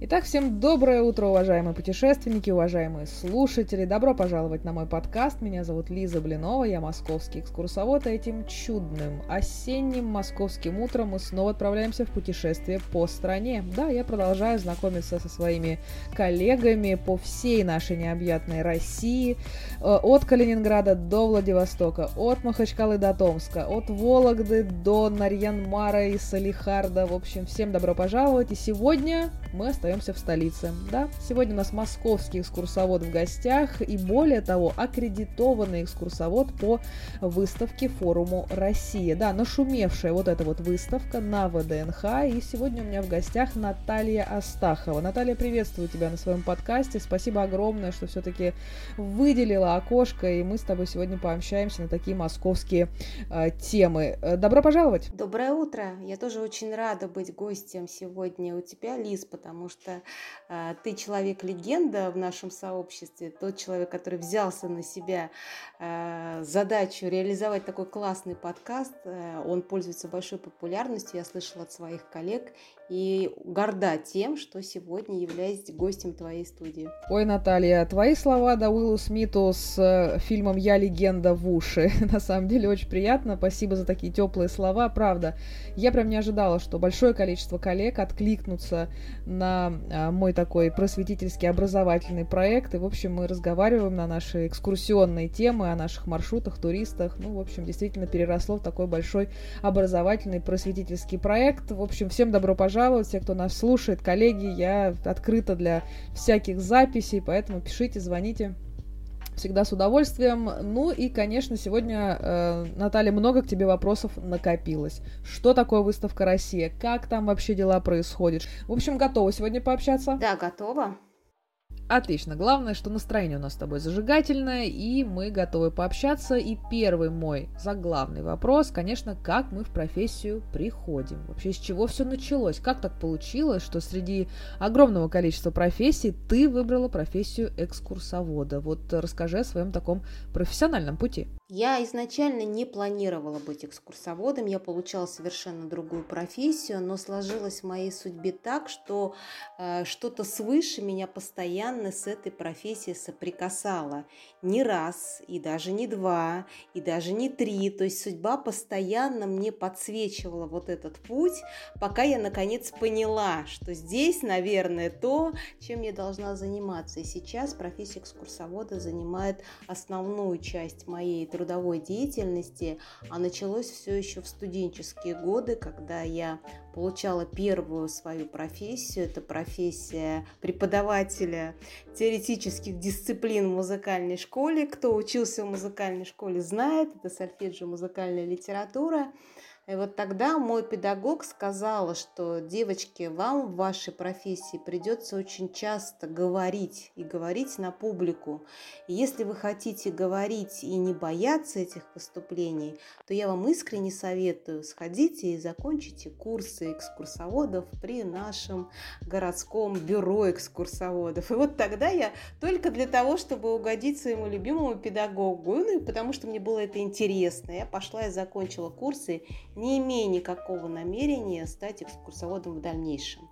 Итак, всем доброе утро, уважаемые путешественники, уважаемые слушатели. Добро пожаловать на мой подкаст. Меня зовут Лиза Блинова, я московский экскурсовод. И этим чудным осенним московским утром мы снова отправляемся в путешествие по стране. Да, я продолжаю знакомиться со своими коллегами по всей нашей необъятной России. От Калининграда до Владивостока, от Махачкалы до Томска, от Вологды до Нарьян-Мара и Салихарда. В общем, всем добро пожаловать. И сегодня мы остаемся в столице. Да, сегодня у нас московский экскурсовод в гостях и, более того, аккредитованный экскурсовод по выставке форуму «Россия». Да, нашумевшая вот эта вот выставка на ВДНХ. И сегодня у меня в гостях Наталья Астахова. Наталья, приветствую тебя на своем подкасте. Спасибо огромное, что все-таки выделила окошко, и мы с тобой сегодня пообщаемся на такие московские темы. Добро пожаловать! Доброе утро! Я тоже очень рада быть гостем сегодня у тебя, Лиз, потому что ты человек-легенда в нашем сообществе, тот человек, который взялся на себя задачу реализовать такой классный подкаст. Он пользуется большой популярностью, я слышала от своих коллег, и горда тем, что сегодня являюсь гостем твоей студии. Ой, Наталья, твои слова да Уиллу Смиту с фильмом «Я легенда» в уши. На самом деле очень приятно, спасибо за такие теплые слова, правда. Я прям не ожидала, что большое количество коллег откликнутся на мой такой просветительский образовательный проект. И, в общем, мы разговариваем на наши экскурсионные темы, о наших маршрутах, туристах. Ну, в общем, действительно переросло в такой большой образовательный просветительский проект. В общем, всем добро пожаловать, все, кто нас слушает, коллеги, я открыта для всяких записей, поэтому пишите, звоните. Всегда с удовольствием. Ну и, конечно, сегодня, Наталья, много к тебе вопросов накопилось. Что такое выставка «Россия»? Как там вообще дела происходят? В общем, готова сегодня пообщаться? Да, готова. Отлично. Главное, что настроение у нас с тобой зажигательное, и мы готовы пообщаться. И первый мой заглавный вопрос, конечно, как мы в профессию приходим? Вообще, с чего все началось? Как так получилось, что среди огромного количества профессий ты выбрала профессию экскурсовода? Вот расскажи о своем таком профессиональном пути. Я изначально не планировала быть экскурсоводом, я получала совершенно другую профессию, но сложилось в моей судьбе так, что что-то свыше меня постоянно с этой профессией соприкасало. Не раз, и даже не два, и даже не три. То есть судьба постоянно мне подсвечивала вот этот путь, пока я наконец поняла, что здесь, наверное, то, чем я должна заниматься. И сейчас профессия экскурсовода занимает основную часть моей трудовой деятельности, а началось все еще в студенческие годы, когда я получала первую свою профессию. Это профессия преподавателя теоретических дисциплин в музыкальной школе. Кто учился в музыкальной школе, знает, это сольфеджио, музыкальная литература. И вот тогда мой педагог сказала, что, девочки, вам в вашей профессии придется очень часто говорить и говорить на публику. И если вы хотите говорить и не бояться этих выступлений, то я вам искренне советую, сходите и закончите курсы экскурсоводов при нашем городском бюро экскурсоводов. И вот тогда я только для того, чтобы угодить своему любимому педагогу, ну и потому что мне было это интересно, я пошла и закончила курсы, не имея никакого намерения стать экскурсоводом в дальнейшем.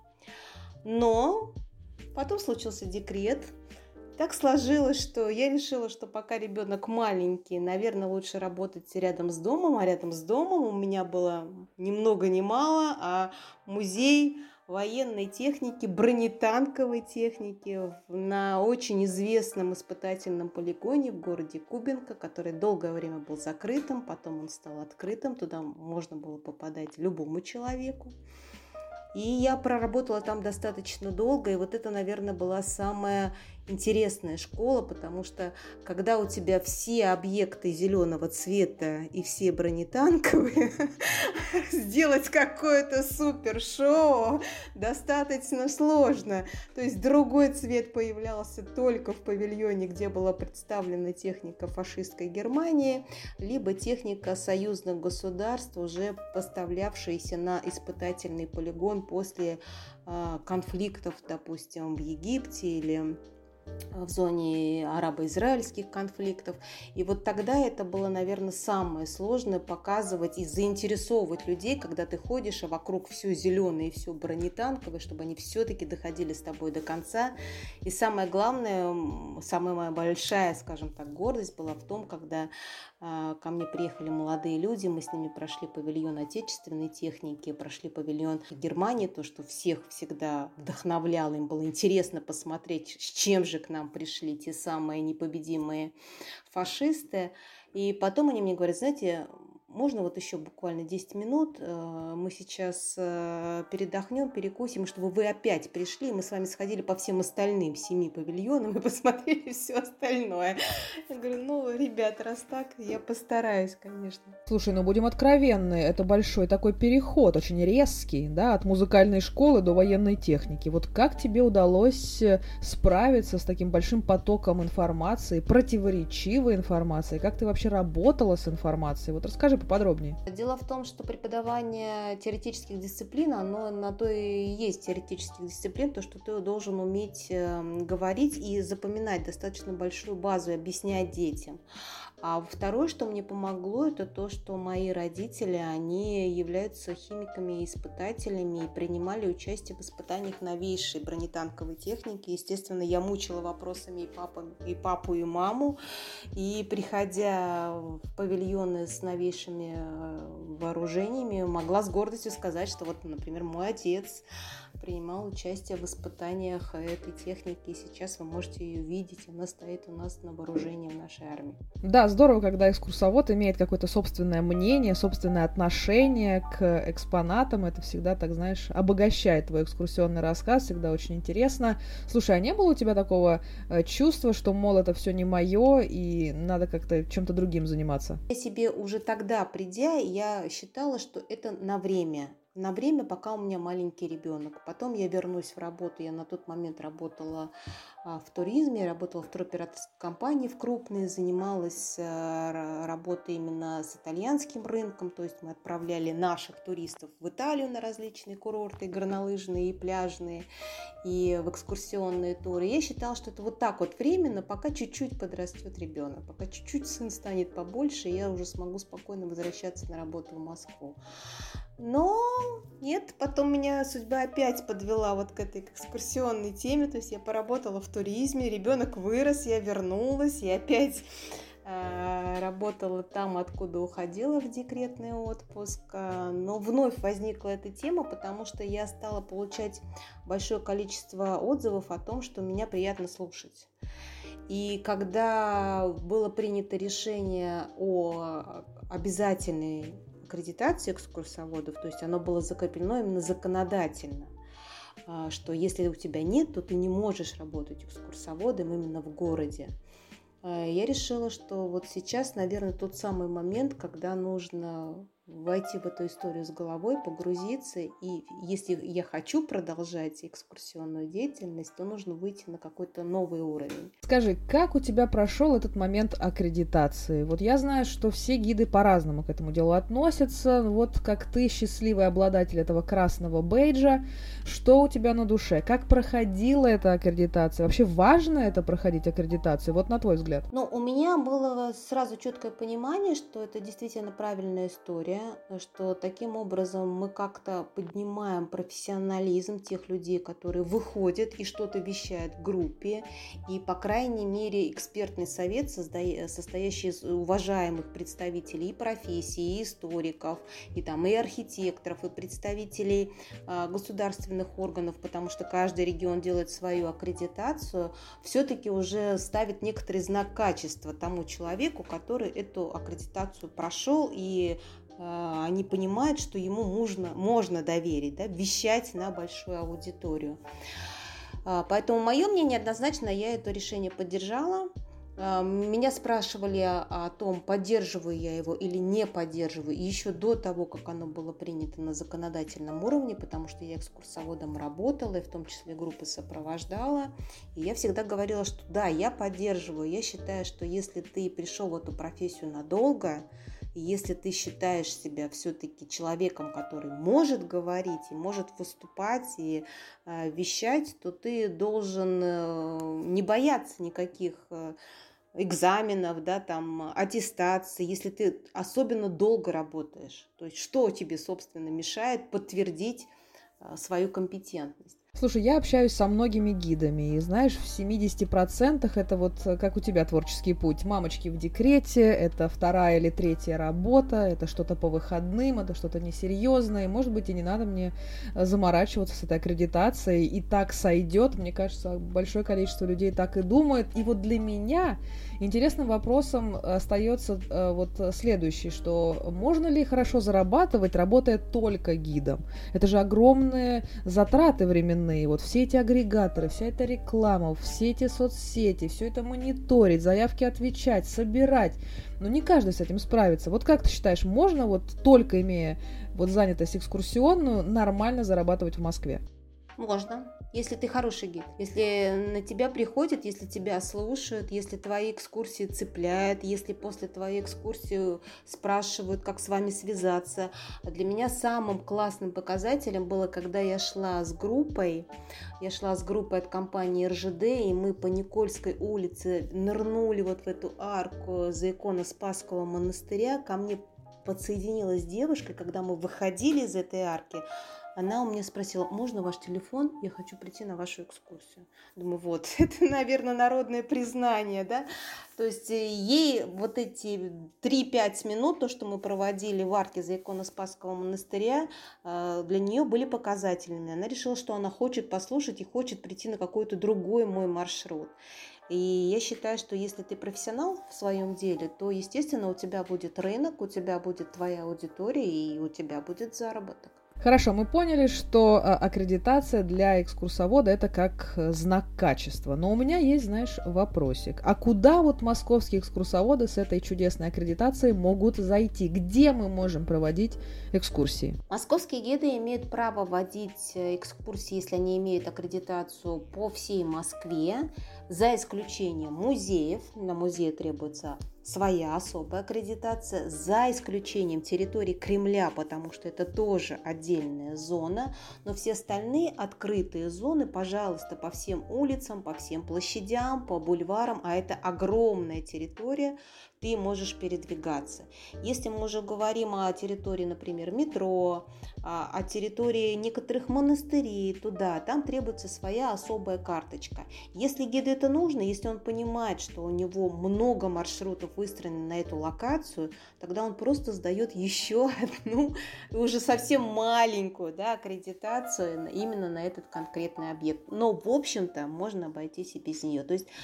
Но потом случился декрет. Так сложилось, что я решила, что пока ребенок маленький, наверное, лучше работать рядом с домом. А рядом с домом у меня было ни много ни мало, а музей военной техники, бронетанковой техники на очень известном испытательном полигоне в городе Кубинка, который долгое время был закрытым, потом он стал открытым, туда можно было попадать любому человеку. И я проработала там достаточно долго, и вот это, наверное, была самая интересная школа, потому что когда у тебя все объекты зеленого цвета и все бронетанковые, сделать какое-то супер-шоу достаточно сложно. То есть другой цвет появлялся только в павильоне, где была представлена техника фашистской Германии, либо техника союзных государств, уже поставлявшаяся на испытательный полигон после конфликтов, допустим, в Египте или в зоне арабо-израильских конфликтов. И вот тогда это было, наверное, самое сложное — показывать и заинтересовывать людей, когда ты ходишь, а вокруг все зеленое и все бронетанковое, чтобы они все-таки доходили с тобой до конца. И самое главное, самая моя большая, скажем так, гордость была в том, когда ко мне приехали молодые люди, мы с ними прошли павильон отечественной техники, прошли павильон Германии, то, что всех всегда вдохновляло, им было интересно посмотреть, с чем же к нам пришли те самые непобедимые фашисты. И потом они мне говорят: знаете, можно вот еще буквально 10 минут, мы сейчас передохнем, перекусим, чтобы вы опять пришли, мы с вами сходили по всем остальным 7 павильонам и посмотрели все остальное. Я говорю: ну, ребят, раз так, я постараюсь, конечно. Слушай, ну будем откровенны, это большой такой переход, очень резкий, да, от музыкальной школы до военной техники. Вот как тебе удалось справиться с таким большим потоком информации, противоречивой информации? Как ты вообще работала с информацией? Вот расскажи поподробнее. Дело в том, что преподавание теоретических дисциплин, оно на то и есть теоретических дисциплин, то, что ты должен уметь говорить и запоминать достаточно большую базу и объяснять детям. А второе, что мне помогло, это то, что мои родители, они являются химиками и испытателями и принимали участие в испытаниях новейшей бронетанковой техники. Естественно, я мучила вопросами и папу, и маму. И приходя в павильоны с новейшими вооружениями, могла с гордостью сказать, что вот, например, мой отец принимал участие в испытаниях этой техники, и сейчас вы можете ее видеть, она стоит у нас на вооружении в нашей армии. Да, здорово, когда экскурсовод имеет какое-то собственное мнение, собственное отношение к экспонатам, это всегда, так знаешь, обогащает твой экскурсионный рассказ, всегда очень интересно. Слушай, а не было у тебя такого чувства, что, мол, это все не мое, и надо как-то чем-то другим заниматься? Я себе уже тогда, придя, я считала, что это на время, пока у меня маленький ребенок. Потом я вернусь в работу. Я на тот момент работала в туризме, я работала в туроператорской компании в крупной, занималась работой именно с итальянским рынком, то есть мы отправляли наших туристов в Италию на различные курорты, горнолыжные и пляжные, и в экскурсионные туры. Я считала, что это вот так вот временно, пока чуть-чуть подрастет ребенок, пока чуть-чуть сын станет побольше, и я уже смогу спокойно возвращаться на работу в Москву. Но нет, потом меня судьба опять подвела вот к этой экскурсионной теме, то есть я поработала в туризме, ребенок вырос, я вернулась, я опять работала там, откуда уходила в декретный отпуск, но вновь возникла эта тема, потому что я стала получать большое количество отзывов о том, что меня приятно слушать. И когда было принято решение о обязательной аккредитации экскурсоводов, то есть оно было закреплено именно законодательно, что если у тебя нет, то ты не можешь работать экскурсоводом именно в городе. Я решила, что вот сейчас, наверное, тот самый момент, когда нужно войти в эту историю с головой, погрузиться, и если я хочу продолжать экскурсионную деятельность, то нужно выйти на какой-то новый уровень. Скажи, как у тебя прошел этот момент аккредитации? Вот я знаю, что все гиды по-разному к этому делу относятся. Вот как ты, счастливый обладатель этого красного бейджа, что у тебя на душе? Как проходила эта аккредитация? Вообще важно это проходить аккредитацию? Вот на твой взгляд. Ну, у меня было сразу четкое понимание, что это действительно правильная история, что таким образом мы как-то поднимаем профессионализм тех людей, которые выходят и что-то вещают в группе, и, по крайней мере, экспертный совет, состоящий из уважаемых представителей и профессий, и историков, и архитекторов, и представителей государственных органов, потому что каждый регион делает свою аккредитацию, все-таки уже ставит некоторый знак качества тому человеку, который эту аккредитацию прошел, и они понимают, что ему можно доверить, да, вещать на большую аудиторию. Поэтому мое мнение однозначно, я это решение поддержала. Меня спрашивали о том, поддерживаю я его или не поддерживаю, еще до того, как оно было принято на законодательном уровне, потому что я экскурсоводом работала, и в том числе группы сопровождала. И я всегда говорила, что да, я поддерживаю. Я считаю, что если ты пришел в эту профессию надолго, И если ты считаешь себя все-таки человеком, который может говорить и может выступать и вещать, то ты должен не бояться никаких экзаменов, да, там, аттестации, если ты особенно долго работаешь. То есть что тебе, собственно, мешает подтвердить свою компетентность? Слушай, я общаюсь со многими гидами, и знаешь, в 70% это вот как у тебя творческий путь. Мамочки в декрете, это вторая или третья работа, это что-то по выходным, это что-то несерьезное. Может быть, и не надо мне заморачиваться с этой аккредитацией, и так сойдет. Мне кажется, большое количество людей так и думает. И вот для меня интересным вопросом остается вот следующий, что можно ли хорошо зарабатывать, работая только гидом? Это же огромные затраты временные. Вот все эти агрегаторы, вся эта реклама, все эти соцсети, все это мониторить, заявки отвечать, собирать. Но не каждый с этим справится. Вот как ты считаешь, можно вот только имея вот занятость экскурсионную нормально зарабатывать в Москве? Можно, если ты хороший гид, если на тебя приходят, если тебя слушают, если твои экскурсии цепляют, если после твоей экскурсии спрашивают, как с вами связаться. Для меня самым классным показателем было, когда я шла с группой от компании РЖД, и мы по Никольской улице нырнули вот в эту арку за икону Спасского монастыря. Ко мне подсоединилась девушка, когда мы выходили из этой арки. Она у меня спросила: можно ваш телефон? Я хочу прийти на вашу экскурсию. Думаю, вот, это, наверное, народное признание, да? То есть ей вот эти 3-5 минут, то, что мы проводили в арке за иконой Спасского монастыря, для нее были показательными. Она решила, что она хочет послушать и хочет прийти на какой-то другой мой маршрут. И я считаю, что если ты профессионал в своем деле, то, естественно, у тебя будет рынок, у тебя будет твоя аудитория и у тебя будет заработок. Хорошо, мы поняли, что аккредитация для экскурсовода – это как знак качества. Но у меня есть, знаешь, вопросик. А куда вот московские экскурсоводы с этой чудесной аккредитацией могут зайти? Где мы можем проводить экскурсии? Московские гиды имеют право водить экскурсии, если они имеют аккредитацию, по всей Москве, за исключением музеев. На музее требуется своя особая аккредитация, за исключением территории Кремля, потому что это тоже отдельная зона, но все остальные открытые зоны, пожалуйста, по всем улицам, по всем площадям, по бульварам, а это огромная территория, ты можешь передвигаться. Если мы уже говорим о территории, например, метро, о территории некоторых монастырей, туда, там требуется своя особая карточка. Если гиду это нужно, если он понимает, что у него много маршрутов выстроены на эту локацию, тогда он просто сдает еще одну, уже совсем маленькую, да, аккредитацию именно на этот конкретный объект. Но, в общем-то, можно обойтись и без нее. То есть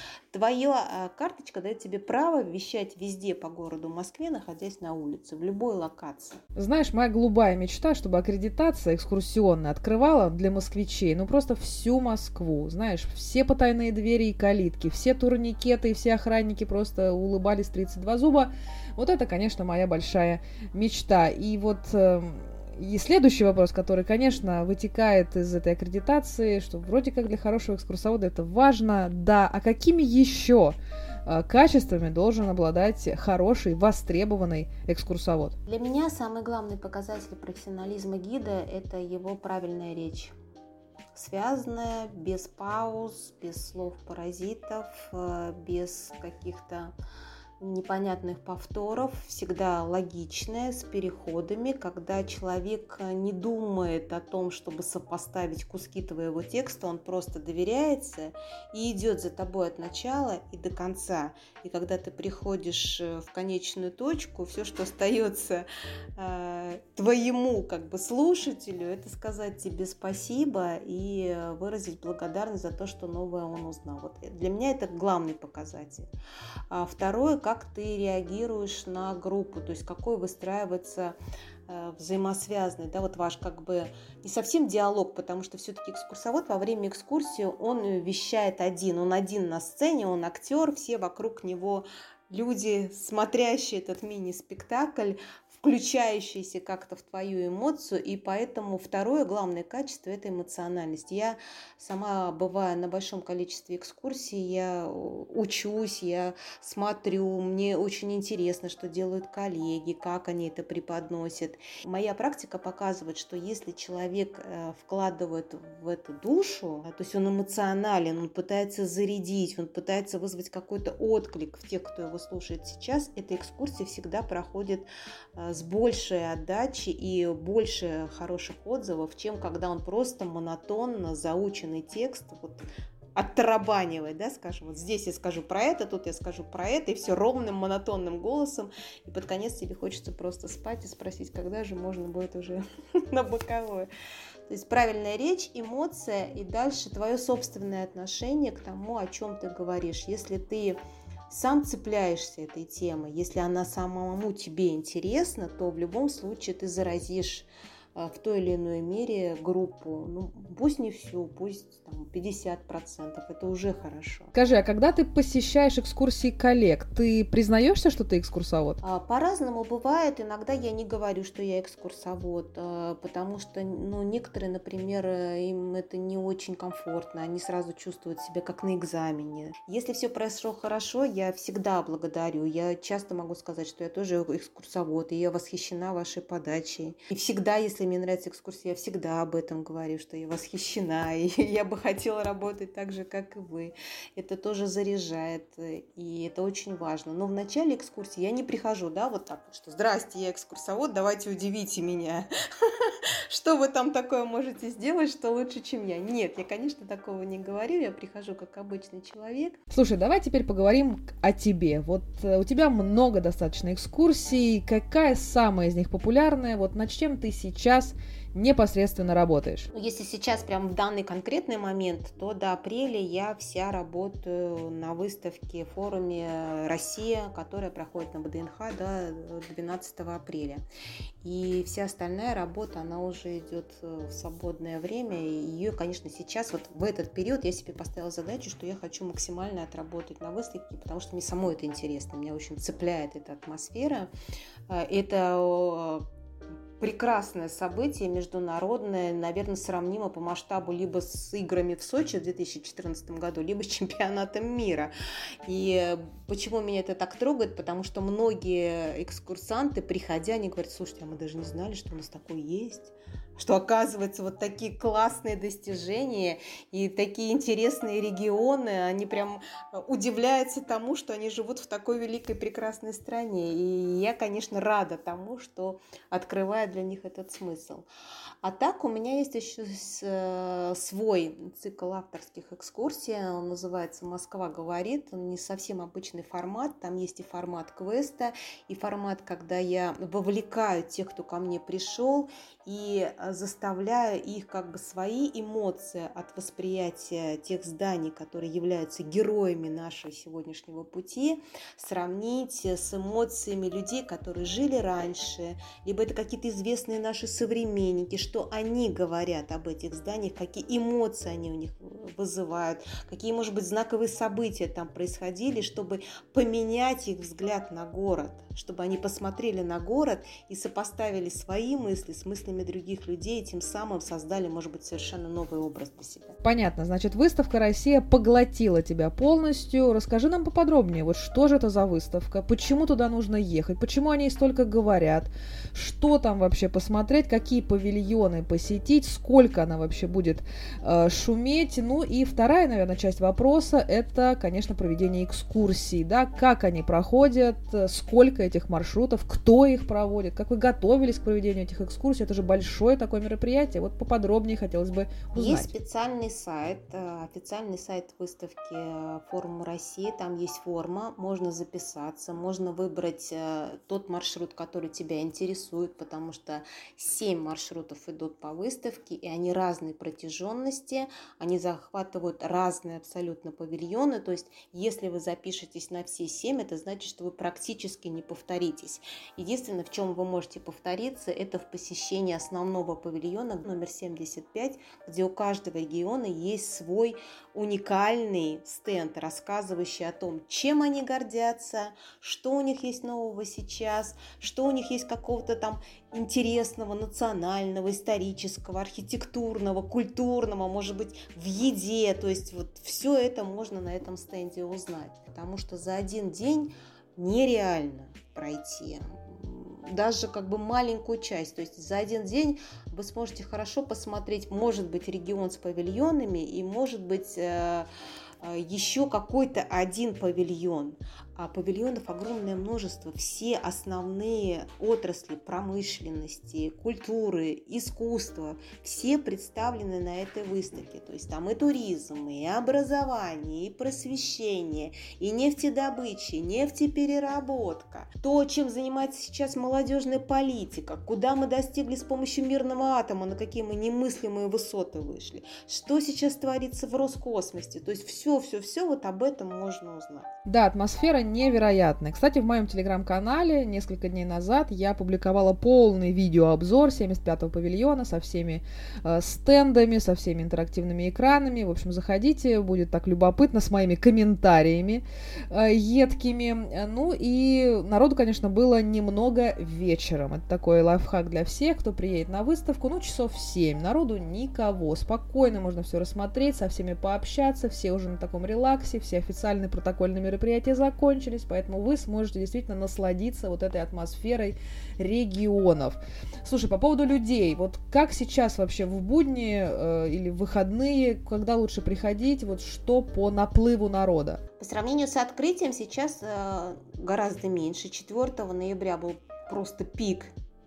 твоя карточка дает тебе право вещать везде по городу Москве, находясь на улице, в любой локации. Знаешь, моя голубая мечта, чтобы аккредитация экскурсионная открывала для москвичей, ну просто всю Москву. Знаешь, все потайные двери и калитки, все турникеты и все охранники просто улыбались 32 зуба. Вот это, конечно, моя большая мечта. И вот... И следующий вопрос, который, конечно, вытекает из этой аккредитации, что вроде как для хорошего экскурсовода это важно, да, а какими еще качествами должен обладать хороший, востребованный экскурсовод? Для меня самый главный показатель профессионализма гида – это его правильная речь. Связанная, без пауз, без слов-паразитов, без каких-то непонятных повторов, всегда логичная, с переходами, когда человек не думает о том, чтобы сопоставить куски твоего текста, он просто доверяется и идет за тобой от начала и до конца. И когда ты приходишь в конечную точку, все, что остается твоему слушателю, это сказать тебе спасибо и выразить благодарность за то, что новое он узнал. Вот для меня это главный показатель. А второе, как ты реагируешь на группу, то есть какой выстраивается взаимосвязанный, да, вот ваш не совсем диалог, потому что все-таки экскурсовод во время экскурсии, он вещает один, он один на сцене, он актер, все вокруг него люди, смотрящие этот мини-спектакль включающиеся как-то в твою эмоцию, и поэтому второе главное качество – это эмоциональность. Я сама бываю на большом количестве экскурсий, я учусь, я смотрю, мне очень интересно, что делают коллеги, как они это преподносят. Моя практика показывает, что если человек вкладывает в эту душу, то есть он эмоционален, он пытается зарядить, он пытается вызвать какой-то отклик в тех, кто его слушает сейчас, эта экскурсия всегда проходит с большей отдачей и больше хороших отзывов, чем когда он просто монотонно заученный текст оттарабанивает, да, скажем, вот здесь я скажу про это, тут я скажу про это, и все ровным монотонным голосом, и под конец тебе хочется просто спать и спросить, когда же можно будет уже на боковое. То есть правильная речь, эмоция и дальше твое собственное отношение к тому, о чем ты говоришь. Если ты сам цепляешься этой темой, если она самому тебе интересна, то в любом случае ты заразишь в той или иной мере группу. Ну, пусть не всю, пусть там 50%, это уже хорошо. Скажи, а когда ты посещаешь экскурсии коллег, ты признаешься, что ты экскурсовод? По-разному бывает. Иногда я не говорю, что я экскурсовод, потому что, некоторые, например, им это не очень комфортно, они сразу чувствуют себя как на экзамене. Если все прошло хорошо, я всегда благодарю. Я часто могу сказать, что я тоже экскурсовод, и я восхищена вашей подачей. И всегда, если мне нравится экскурсия, я всегда об этом говорю, что я восхищена, и я бы хотела работать так же, как и вы. Это тоже заряжает, и это очень важно. Но в начале экскурсии я не прихожу, да, вот так вот, что «Здрасте, я экскурсовод, давайте удивите меня». Что вы там такое можете сделать, что лучше, чем я? Нет, я, конечно, такого не говорю, я прихожу как обычный человек. Слушай, давай теперь поговорим о тебе. Вот у тебя много достаточно экскурсий. Какая самая из них популярная? Вот над чем ты сейчас непосредственно работаешь? Если сейчас прям в данный конкретный момент, то до апреля я вся работаю на выставке, форуме «Россия», которая проходит на ВДНХ до 12 апреля. И вся остальная работа, она уже идет в свободное время. И ее, конечно, сейчас, вот в этот период я себе поставила задачу, что я хочу максимально отработать на выставке, потому что мне самой это интересно, меня очень цепляет эта атмосфера. Это прекрасное событие международное, наверное, сравнимо по масштабу либо с играми в Сочи в 2014 году, либо с чемпионатом мира. И почему меня это так трогает? Потому что многие экскурсанты, приходя, они говорят: слушайте, а мы даже не знали, что у нас такое есть, что, оказывается, вот такие классные достижения и такие интересные регионы, они прям удивляются тому, что они живут в такой великой прекрасной стране. И я, конечно, рада тому, что открывает для них этот смысл. А так у меня есть еще свой цикл авторских экскурсий, он называется «Москва говорит», он не совсем обычный формат, там есть и формат квеста, и формат, когда я вовлекаю тех, кто ко мне пришел, и заставляю их как бы свои эмоции от восприятия тех зданий, которые являются героями нашего сегодняшнего пути, сравнить с эмоциями людей, которые жили раньше, либо это какие-то известные наши современники, что они говорят об этих зданиях, какие эмоции они у них вызывают, какие, может быть, знаковые события там происходили, чтобы поменять их взгляд на город, чтобы они посмотрели на город и сопоставили свои мысли с мыслями других людей, и тем самым создали, может быть, совершенно новый образ для себя. Понятно, значит, выставка «Россия» поглотила тебя полностью. Расскажи нам поподробнее, вот что же это за выставка, почему туда нужно ехать, почему о ней столько говорят, что там вообще посмотреть, какие павильоны посетить, сколько она вообще будет шуметь. Ну и вторая, наверное, часть вопроса – это, конечно, проведение экскурсий, да, как они проходят, сколько этих маршрутов, кто их проводит, как вы готовились к проведению этих экскурсий. Это же большое такое мероприятие. Вот поподробнее хотелось бы узнать. Есть специальный сайт, официальный сайт выставки форума России. Там есть форма, можно записаться, можно выбрать тот маршрут, который тебя интересует, потому что что 7 маршрутов идут по выставке, и они разной протяженности, они захватывают разные абсолютно павильоны, то есть если вы запишетесь на все 7, это значит, что вы практически не повторитесь. Единственное, в чем вы можете повториться, это в посещении основного павильона номер 75, где у каждого региона есть свой уникальный стенд, рассказывающий о том, чем они гордятся, что у них есть нового сейчас, что у них есть какого-то там интересного, национального, исторического, архитектурного, культурного, может быть, в еде. То есть вот все это можно на этом стенде узнать, потому что за один день нереально пройти даже как бы маленькую часть. То есть за один день вы сможете хорошо посмотреть, может быть, регион с павильонами и, может быть, еще какой-то один павильон. А павильонов огромное множество. Все основные отрасли промышленности, культуры, искусства, все представлены на этой выставке. То есть там и туризм, и образование, и просвещение, и нефтедобыча, и нефтепереработка. То, чем занимается сейчас молодежная политика, куда мы достигли с помощью мирного атома, на какие мы немыслимые высоты вышли, что сейчас творится в Роскосмосе. То есть все вот об этом можно узнать. Да, атмосфера невероятная. Кстати, в моем телеграм-канале несколько дней назад я публиковала полный видеообзор 75-го павильона со всеми стендами, со всеми интерактивными экранами. В общем, заходите, будет так любопытно, с моими комментариями едкими. Ну и народу, конечно, было немного вечером. Это такой лайфхак для всех, кто приедет на выставку. Ну, часов 7. Народу никого. Спокойно можно все рассмотреть, со всеми пообщаться. Все уже на таком релаксе, все официальные протокольные мероприятия закончились, поэтому вы сможете действительно насладиться вот этой атмосферой регионов. Слушай, по поводу людей, вот как сейчас вообще в будни или в выходные, когда лучше приходить, вот что по наплыву народа? По сравнению с открытием сейчас гораздо меньше. 4 ноября был просто пик.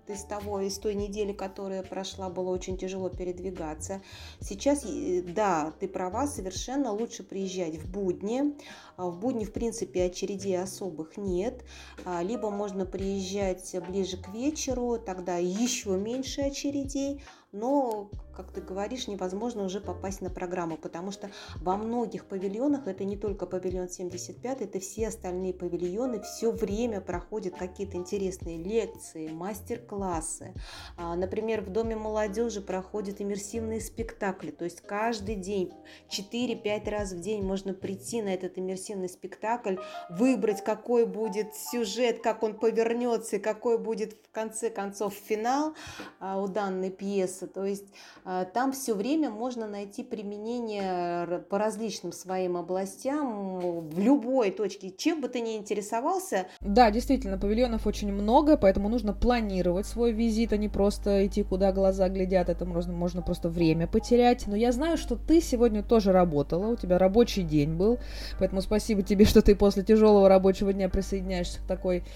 Из той недели, которая прошла, было очень тяжело передвигаться. Сейчас, да, ты права, совершенно лучше приезжать в будни. В будни, в принципе, очередей особых нет. Либо можно приезжать ближе к вечеру, тогда еще меньше очередей. Но, как ты говоришь, невозможно уже попасть на программу, потому что во многих павильонах, это не только павильон 75, это все остальные павильоны, все время проходят какие-то интересные лекции, мастер-классы. Например, в Доме молодежи проходят иммерсивные спектакли, то есть каждый день, 4-5 раз в день можно прийти на этот иммерсивный спектакль, выбрать, какой будет сюжет, как он повернется и какой будет в конце концов финал у данной пьесы. То есть там все время можно найти применение по различным своим областям в любой точке, чем бы ты ни интересовался. Да, действительно, павильонов очень много, поэтому нужно планировать свой визит, а не просто идти, куда глаза глядят, это можно просто время потерять. Но я знаю, что ты сегодня тоже работала, у тебя рабочий день был, поэтому спасибо тебе, что ты после тяжелого рабочего дня присоединяешься к такой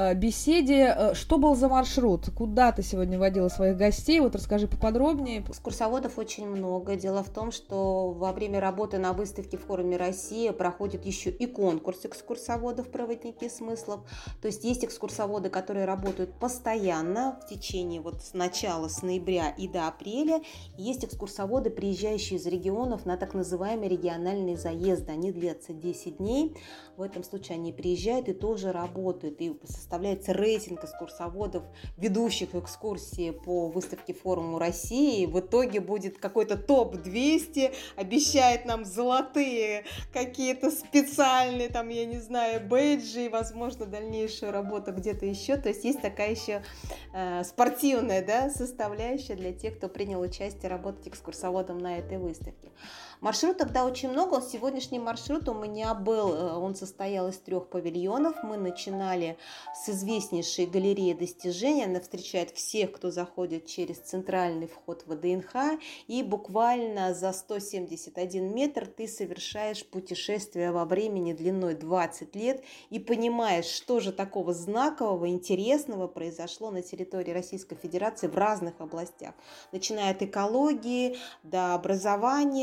беседе. Что был за маршрут? Куда ты сегодня водила своих гостей? Вот расскажи поподробнее. Экскурсоводов очень много. Дело в том, что во время работы на выставке в форуме «Россия» проходит еще и конкурс экскурсоводов «Проводники смыслов». То есть есть экскурсоводы, которые работают постоянно в течение с начала, с ноября и до апреля. Есть экскурсоводы, приезжающие из регионов на так называемые региональные заезды. Они длятся 10 дней. В этом случае они приезжают и тоже работают. И составляется рейтинг экскурсоводов, ведущих экскурсии по выставке форуму России. В итоге будет какой-то топ-200, обещает нам золотые какие-то специальные, там, я не знаю, бейджи и, возможно, дальнейшую работу где-то еще. То есть есть такая еще спортивная, да, составляющая для тех, кто принял участие работать экскурсоводом на этой выставке. Маршрутов, да, очень много. Сегодняшний маршрут у меня был, он состоял из 3 павильонов. Мы начинали с известнейшей галереи достижений. Она встречает всех, кто заходит через центральный вход в ВДНХ. И буквально за 171 метр ты совершаешь путешествие во времени длиной 20 лет и понимаешь, что же такого знакового, интересного произошло на территории Российской Федерации в разных областях. Начиная от экологии, до образования, до каких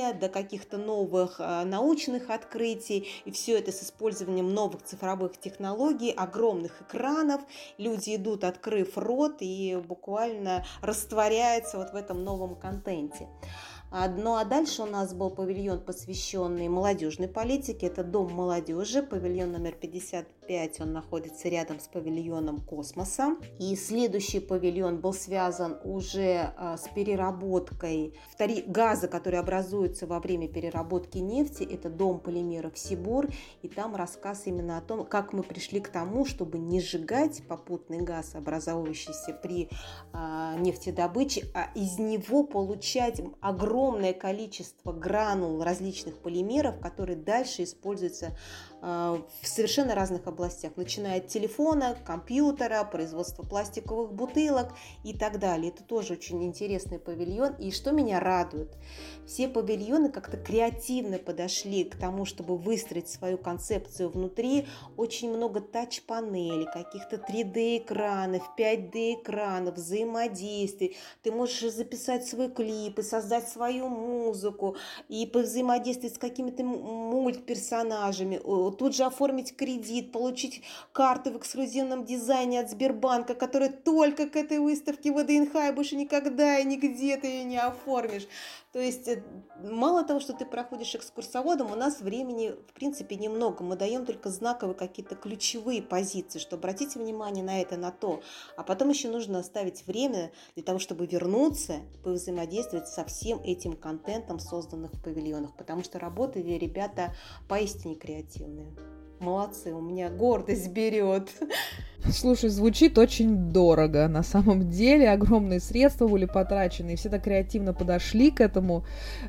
каких-то новых научных открытий, и все это с использованием новых цифровых технологий, огромных экранов. Люди идут, открыв рот, и буквально растворяются вот в этом новом контенте. Ну а дальше у нас был павильон, посвященный молодежной политике. Это Дом молодежи, павильон номер 55, он находится рядом с павильоном космоса. И следующий павильон был связан уже с переработкой газа, который образуется во время переработки нефти. Это Дом полимеров Сибур. И там рассказ именно о том, как мы пришли к тому, чтобы не сжигать попутный газ, образовывающийся при нефтедобыче, а из него получать огромное количество гранул различных полимеров, которые дальше используются в совершенно разных областях, начиная от телефона, компьютера, производства пластиковых бутылок и так далее. Это тоже очень интересный павильон. И что меня радует, все павильоны как-то креативно подошли к тому, чтобы выстроить свою концепцию внутри. Очень много тач-панелей, каких-то 3D-экранов, 5D-экранов, взаимодействий. Ты можешь записать свой клип и создать свою музыку, и повзаимодействовать с какими-то мультперсонажами, тут же оформить кредит, получить карты в эксклюзивном дизайне от Сбербанка, которая только к этой выставке ВДНХ, и больше никогда и нигде ты ее не оформишь. То есть мало того, что ты проходишь экскурсоводом, у нас времени в принципе немного. Мы даем только знаковые какие-то ключевые позиции, что обратите внимание на это, на то. А потом еще нужно оставить время для того, чтобы вернуться, повзаимодействовать со всем этим контентом, созданным в павильонах. Потому что работали ребята поистине креативные. Молодцы, у меня гордость берет. Слушай, звучит очень дорого. На самом деле огромные средства были потрачены, и все так креативно подошли к этому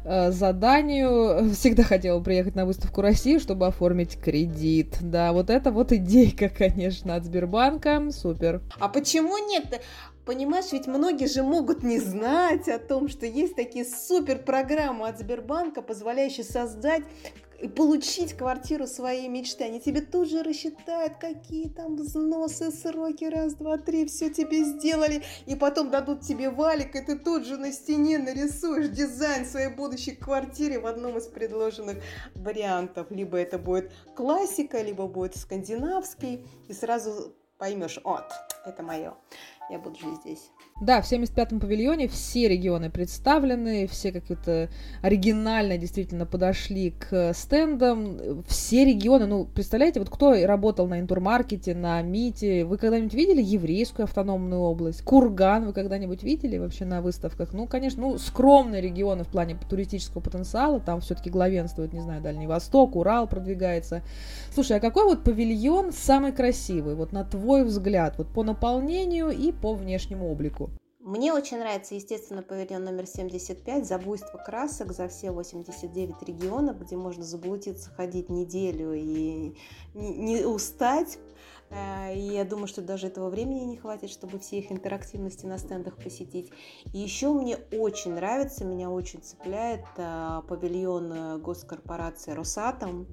заданию. Всегда хотела приехать на выставку России, чтобы оформить кредит. Да, вот это вот идейка, конечно, от Сбербанка. Супер. А почему нет? Понимаешь, ведь многие же могут не знать о том, что есть такие суперпрограммы от Сбербанка, позволяющие создать и получить квартиру своей мечты. Они тебе тут же рассчитают, какие там взносы, сроки, раз, два, три, все тебе сделали, и потом дадут тебе валик, и ты тут же на стене нарисуешь дизайн своей будущей квартиры в одном из предложенных вариантов. Либо это будет классика, либо будет скандинавский, и сразу поймешь, вот, это мое, я буду жить здесь. Да, в 75-м павильоне все регионы представлены, все как-то оригинально действительно подошли к стендам. Все регионы, ну, представляете, вот кто работал на Интурмаркете, на МИТе, вы когда-нибудь видели еврейскую автономную область? Курган вы когда-нибудь видели вообще на выставках? Ну, конечно, ну, скромные регионы в плане туристического потенциала, там все-таки главенствует, не знаю, Дальний Восток, Урал продвигается. Слушай, а какой вот павильон самый красивый, вот на твой взгляд, вот по наполнению и по внешнему облику? Мне очень нравится, естественно, павильон номер 75 за буйство красок, за все 89 регионов, где можно заблудиться, ходить неделю и не устать. И я думаю, что даже этого времени не хватит, чтобы все их интерактивности на стендах посетить. И еще мне очень нравится, меня очень цепляет павильон госкорпорации «Росатом».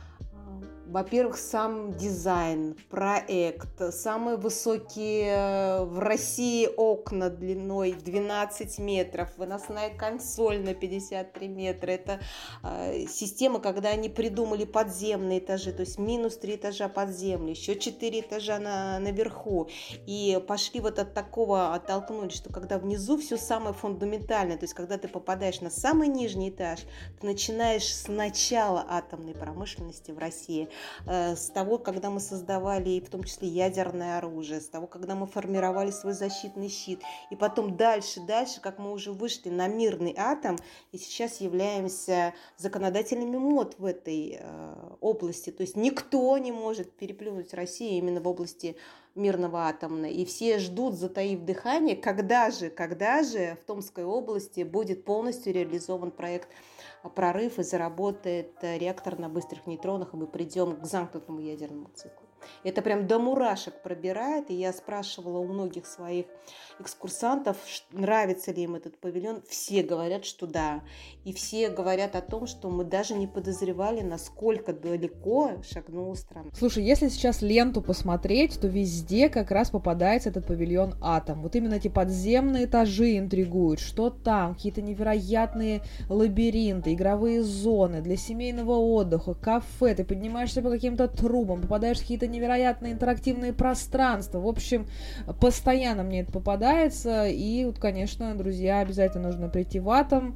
Во-первых, сам дизайн, проект, самые высокие в России окна длиной 12 метров, выносная консоль на 53 метра. Это система, когда они придумали подземные этажи, то есть минус 3 этажа под землю, еще 4 этажа наверху. И пошли вот от такого, оттолкнулись, что когда внизу все самое фундаментальное, то есть когда ты попадаешь на самый нижний этаж, ты начинаешь с начала атомной промышленности в России, с того, когда мы создавали, в том числе, ядерное оружие, с того, когда мы формировали свой защитный щит, и потом дальше, как мы уже вышли на мирный атом, и сейчас являемся законодателями МОД в этой области. То есть никто не может переплюнуть Россию именно в области мирного атомного. И все ждут, затаив дыхание, когда же в Томской области будет полностью реализован проект «Прорыв» и заработает реактор на быстрых нейтронах, и мы придем к замкнутому ядерному циклу. Это прям до мурашек пробирает. И я спрашивала у многих своих экскурсантов, нравится ли им этот павильон. Все говорят, что да. И все говорят о том, что мы даже не подозревали, насколько далеко шагнула страна. Слушай, если сейчас ленту посмотреть, то везде как раз попадается этот павильон «Атом». Вот именно эти подземные этажи интригуют. Что там? Какие-то невероятные лабиринты, игровые зоны для семейного отдыха, кафе. Ты поднимаешься по каким-то трубам, попадаешь в какие-то невероятные интерактивные пространства. В общем, постоянно мне это попадается. И вот, конечно, друзья, обязательно нужно прийти в «Атом»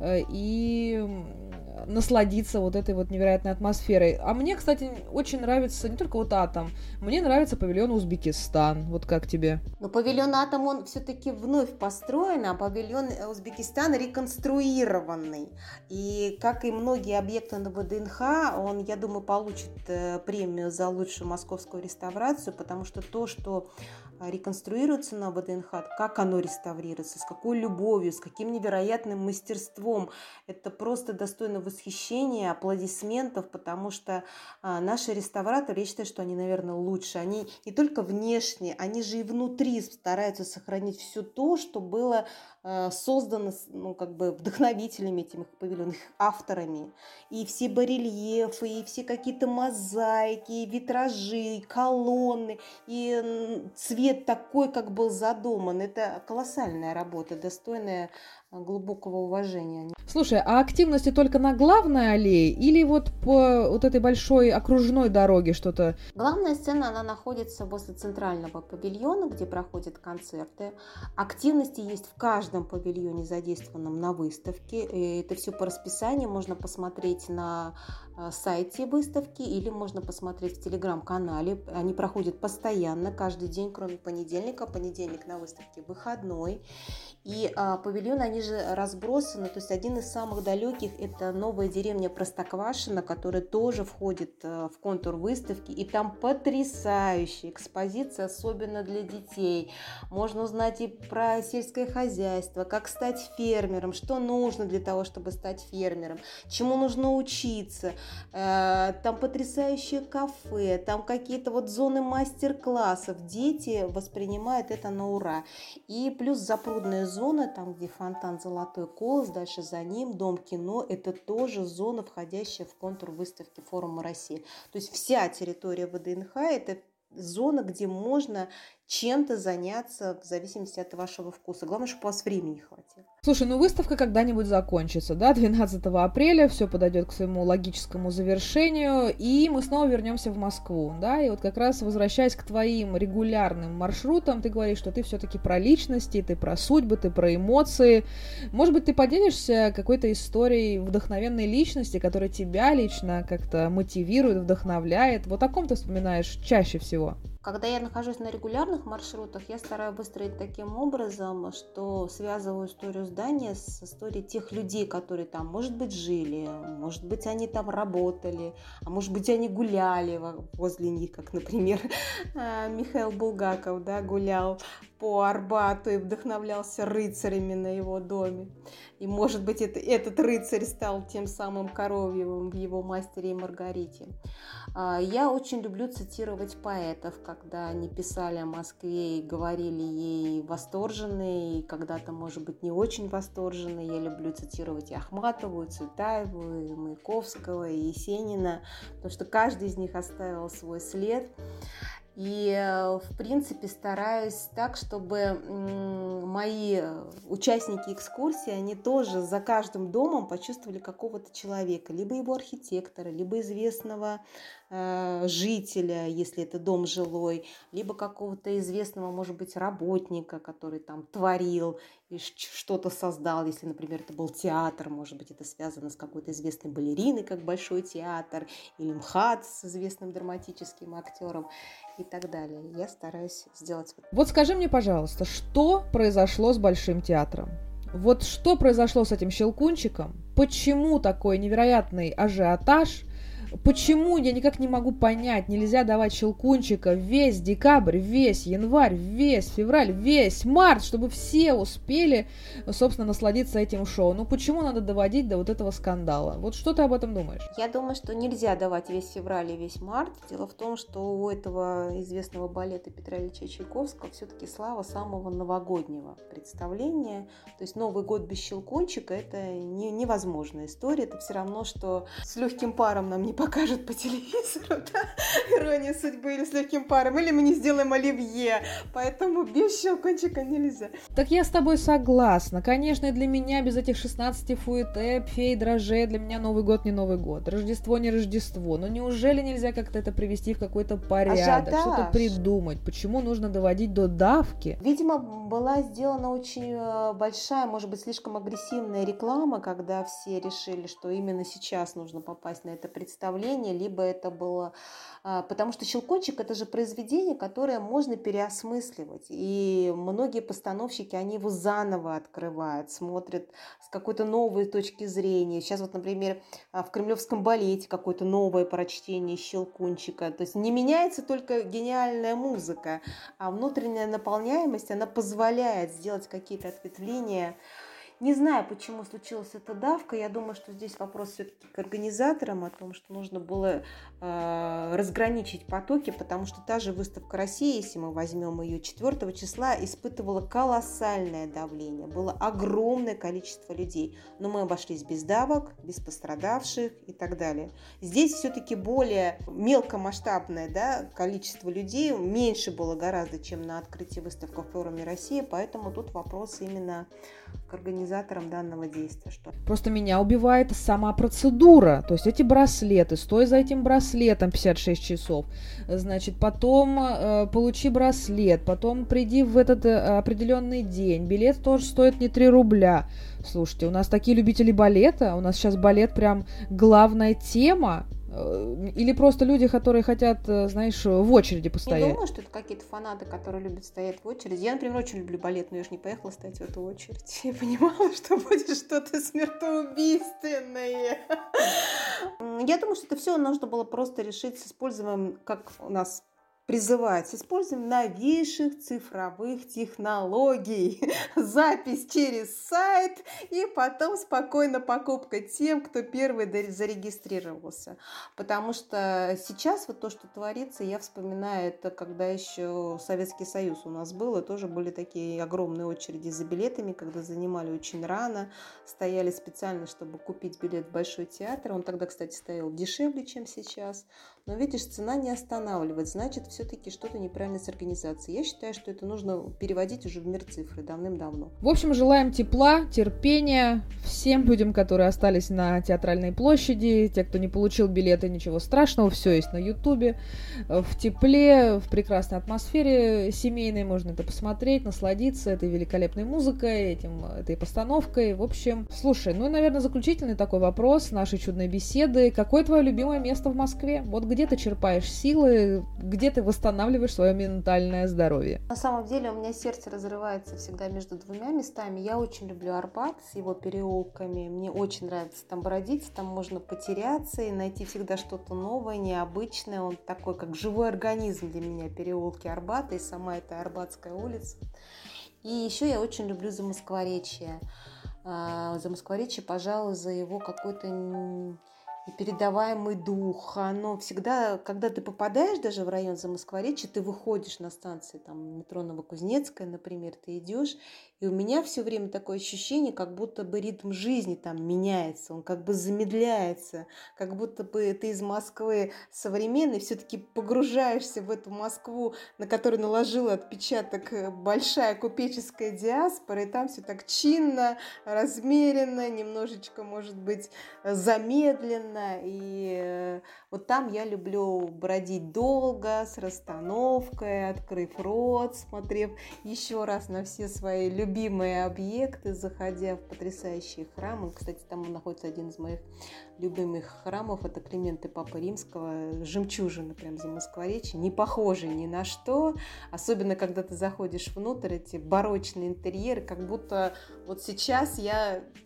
и насладиться вот этой вот невероятной атмосферой. А мне, кстати, очень нравится не только вот «Атом», мне нравится павильон «Узбекистан». Вот как тебе? Но павильон «Атом», он все-таки вновь построен, а павильон «Узбекистан» реконструированный. И, как и многие объекты на ВДНХ, он, я думаю, получит премию за лучшую московскую реставрацию, потому что то, что реконструируется на ВДНХ, как оно реставрируется, с какой любовью, с каким невероятным мастерством, это просто достойно восхищения, аплодисментов, потому что наши реставраторы, я считаю, что они, наверное, лучше. Они не только внешне, они же и внутри стараются сохранить все то, что было создано, вдохновителями этих павильонов, их авторами. И все барельефы, и все какие-то мозаики, и витражи, и колонны, и цвет такой, как был задуман. Это колоссальная работа, достойная глубокого уважения. Слушай, а активности только на главной аллее или вот по вот этой большой окружной дороге что-то? Главная сцена, она находится возле центрального павильона, где проходят концерты. Активности есть в каждом павильоне, задействованном на выставке. И это все по расписанию, можно посмотреть на сайте выставки или можно посмотреть в телеграм-канале. Они проходят постоянно, каждый день, кроме понедельника. Понедельник на выставке выходной. И павильоны, они же разбросаны, то есть один из самых далеких – это новая деревня Простоквашино, которая тоже входит в контур выставки, и там потрясающая экспозиция, особенно для детей. Можно узнать и про сельское хозяйство, как стать фермером, что нужно для того, чтобы стать фермером, чему нужно учиться. Там потрясающее кафе, там какие-то вот зоны мастер-классов. Дети воспринимают это на ура. И плюс запрудная зона, там, где фонтан «Золотой колос», дальше за ним Дом кино, это тоже зона, входящая в контур выставки форума России. То есть вся территория ВДНХ – это зона, где можно чем-то заняться в зависимости от вашего вкуса. Главное, чтобы у вас времени хватило. Слушай, выставка когда-нибудь закончится, да? 12 апреля все подойдет к своему логическому завершению, и мы снова вернемся в Москву, да? И вот как раз возвращаясь к твоим регулярным маршрутам, ты говоришь, что ты все-таки про личности, ты про судьбы, ты про эмоции. Может быть, ты поделишься какой-то историей вдохновенной личности, которая тебя лично как-то мотивирует, вдохновляет? Вот о ком ты вспоминаешь чаще всего? Когда я нахожусь на регулярных маршрутах, я стараюсь выстроить таким образом, что связываю историю здания с историей тех людей, которые там, может быть, жили, может быть, они там работали, а может быть, они гуляли возле них, как, например, Михаил Булгаков, да, гулял по Арбату и вдохновлялся рыцарями на его доме. И, может быть, этот рыцарь стал тем самым Коровьевым в его «Мастере и Маргарите». Я очень люблю цитировать поэтов, когда они писали о Москве и говорили ей восторженные, и когда-то, может быть, не очень восторженные. Я люблю цитировать и Ахматову, и Цветаеву, и Маяковского, и Есенина, потому что каждый из них оставил свой след. И, в принципе, стараюсь так, чтобы мои участники экскурсии, они тоже за каждым домом почувствовали какого-то человека, либо его архитектора, либо известного жителя, если это дом жилой, либо какого-то известного, может быть, работника, который там творил и что-то создал, если, например, это был театр, может быть, это связано с какой-то известной балериной, как Большой театр, или МХАТ с известным драматическим актером и так далее. Я стараюсь сделать... Вот скажи мне, пожалуйста, что произошло с Большим театром? Вот что произошло с этим Щелкунчиком? Почему такой невероятный ажиотаж Почему, я никак не могу понять, нельзя давать Щелкунчика весь декабрь, весь январь, весь февраль, весь март, чтобы все успели, собственно, насладиться этим шоу. Ну почему надо доводить до вот этого скандала? Вот что ты об этом думаешь? Я думаю, что нельзя давать весь февраль и весь март. Дело в том, что у этого известного балета Петра Ильича Чайковского все-таки слава самого новогоднего представления. То есть Новый год без Щелкунчика – это невозможная история. Это все равно, что с легким паром нам не покажут по телевизору, да? Ирония судьбы, или с легким паром, или мы не сделаем оливье. Поэтому без Щелкунчика нельзя. Так я с тобой согласна. Конечно, и для меня без этих 16 фуэте, фей, дрожжей, для меня Новый год не Новый год, Рождество не Рождество. Но неужели нельзя как-то это привести в какой-то порядок, что-то придумать? Почему нужно доводить до давки? Видимо, была сделана очень большая, может быть, слишком агрессивная реклама, когда все решили, что именно сейчас нужно попасть на это представление, либо это было... Потому что «Щелкунчик» — это же произведение, которое можно переосмысливать. И многие постановщики, они его заново открывают, смотрят с какой-то новой точки зрения. Сейчас вот, например, в Кремлевском балете какое-то новое прочтение «Щелкунчика». То есть не меняется только гениальная музыка, а внутренняя наполняемость, она позволяет сделать какие-то ответвления. Не знаю, почему случилась эта давка. Я думаю, что здесь вопрос все-таки к организаторам о том, что нужно было разграничить потоки, потому что та же выставка России, если мы возьмем ее 4 числа, испытывала колоссальное давление. Было огромное количество людей. Но мы обошлись без давок, без пострадавших и так далее. Здесь все-таки более мелкомасштабное, да, количество людей, меньше было гораздо, чем на открытии выставки в форуме России, поэтому тут вопрос именно к организаторам данного действия. Что? Просто меня убивает сама процедура, то есть эти браслеты, стой за этим браслетом 56 часов, значит, потом получи браслет, потом приди в этот определенный день, билет тоже стоит не 3 рубля. Слушайте, у нас такие любители балета, у нас сейчас балет прям главная тема. Или просто люди, которые хотят, знаешь, в очереди постоять? Не думаю, что это какие-то фанаты, которые любят стоять в очереди. Я, например, очень люблю балет, но я же не поехала стоять в эту очередь. Я понимала, что будет что-то смертоубийственное. Я думаю, что это все нужно было просто решить с использованием, как у нас призывают, с использованием новейших цифровых технологий. Запись через сайт и потом спокойно покупка тем, кто первый зарегистрировался. Потому что сейчас вот то, что творится, я вспоминаю, это когда еще Советский Союз у нас был, и тоже были такие огромные очереди за билетами, когда занимали очень рано, стояли специально, чтобы купить билет в Большой театр. Он тогда, кстати, стоял дешевле, чем сейчас. Но, видишь, цена не останавливает. Значит, все-таки что-то неправильно с организацией. Я считаю, что это нужно переводить уже в мир цифры давным-давно. В общем, желаем тепла, терпения всем людям, которые остались на Театральной площади. Те, кто не получил билеты, ничего страшного, все есть на Ютубе. В тепле, в прекрасной атмосфере семейной можно это посмотреть, насладиться этой великолепной музыкой, этой постановкой. В общем, слушай, ну, наверное, заключительный такой вопрос нашей чудной беседы. Какое твое любимое место в Москве? Вот где ты черпаешь силы, где ты восстанавливаешь свое ментальное здоровье? На самом деле у меня сердце разрывается всегда между двумя местами. Я очень люблю Арбат с его переулками. Мне очень нравится там бродить, там можно потеряться и найти всегда что-то новое, необычное. Он такой, как живой организм для меня, переулки Арбата и сама эта Арбатская улица. И еще я очень люблю Замоскворечье. Замоскворечье, пожалуй, за его какой-то непередаваемый дух. Оно всегда, когда ты попадаешь даже в район Замоскворечья, ты выходишь на станции там, метро Новокузнецкая, например, ты идешь, и у меня все время такое ощущение, как будто бы ритм жизни там меняется, он как бы замедляется, как будто бы ты из Москвы современной все-таки погружаешься в эту Москву, на которую наложила отпечаток большая купеческая диаспора, и там все так чинно, размеренно, немножечко, может быть, замедленно. И вот там я люблю бродить долго, с расстановкой, открыв рот, смотрев еще раз на все свои любимые объекты, заходя в потрясающие храмы. Кстати, там находится один из моих любимых храмов, это Климента Папы Римского, жемчужина прям Замоскворечья, не похожий ни на что, особенно когда ты заходишь внутрь, эти барочные интерьеры, как будто вот сейчас я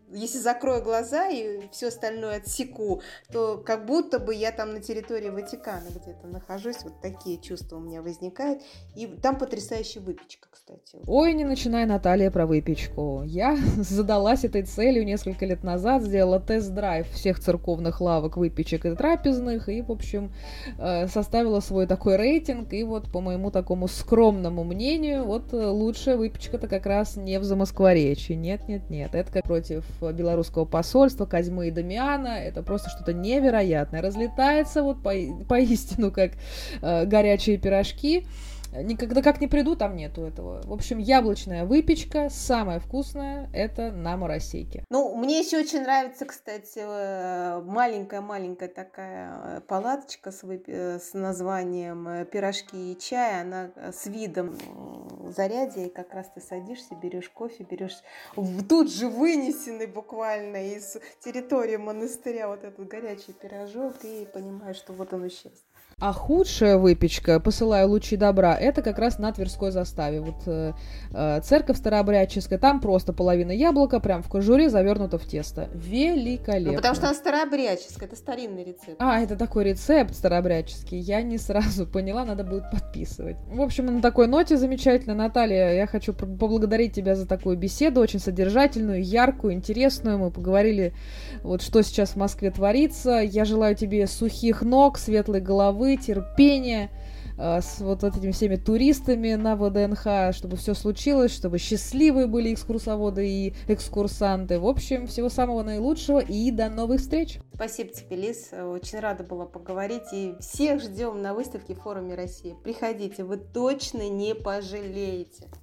если закрою глаза и все остальное отсеку, то как будто бы я там на территории Ватикана где-то нахожусь. Вот такие чувства у меня возникают. И там потрясающая выпечка, кстати. Ой, не начинай, Наталья, про выпечку. Я задалась этой целью несколько лет назад, сделала тест-драйв всех церковных лавок, выпечек и трапезных, и, в общем, составила свой такой рейтинг, и вот по моему такому скромному мнению, вот лучшая выпечка-то как раз не в Замоскворечье. Нет, это как против белорусского посольства, Козьмы и Дамиана, это просто что-то невероятное. Разлетается вот поистину как горячие пирожки. Никогда как не приду, там нету этого. В общем, яблочная выпечка, самая вкусная, это на Моросейке. Ну, мне еще очень нравится, кстати, маленькая такая палаточка с названием «Пирожки и чай». Она с видом Зарядья, и как раз ты садишься, берешь кофе, берешь тут же вынесенный буквально из территории монастыря вот этот горячий пирожок, и понимаешь, что вот оно счастье. А худшая выпечка, посылаю лучи добра, это как раз на Тверской заставе. Вот церковь старообрядческая, там просто половина яблока, прям в кожуре, завернута в тесто. Великолепно. Ну, потому что она старообрядческая, это старинный рецепт. А, это такой рецепт старообрядческий, я не сразу поняла, надо будет подписывать. В общем, на такой ноте замечательно, Наталья, я хочу поблагодарить тебя за такую беседу, очень содержательную, яркую, интересную. Мы поговорили, вот что сейчас в Москве творится. Я желаю тебе сухих ног, светлой головы, терпения с вот этими всеми туристами на ВДНХ, чтобы все случилось, чтобы счастливые были экскурсоводы и экскурсанты. В общем, всего самого наилучшего и до новых встреч! Спасибо тебе, Лиз. Очень рада была поговорить. И всех ждем на выставке в форуме России. Приходите, вы точно не пожалеете.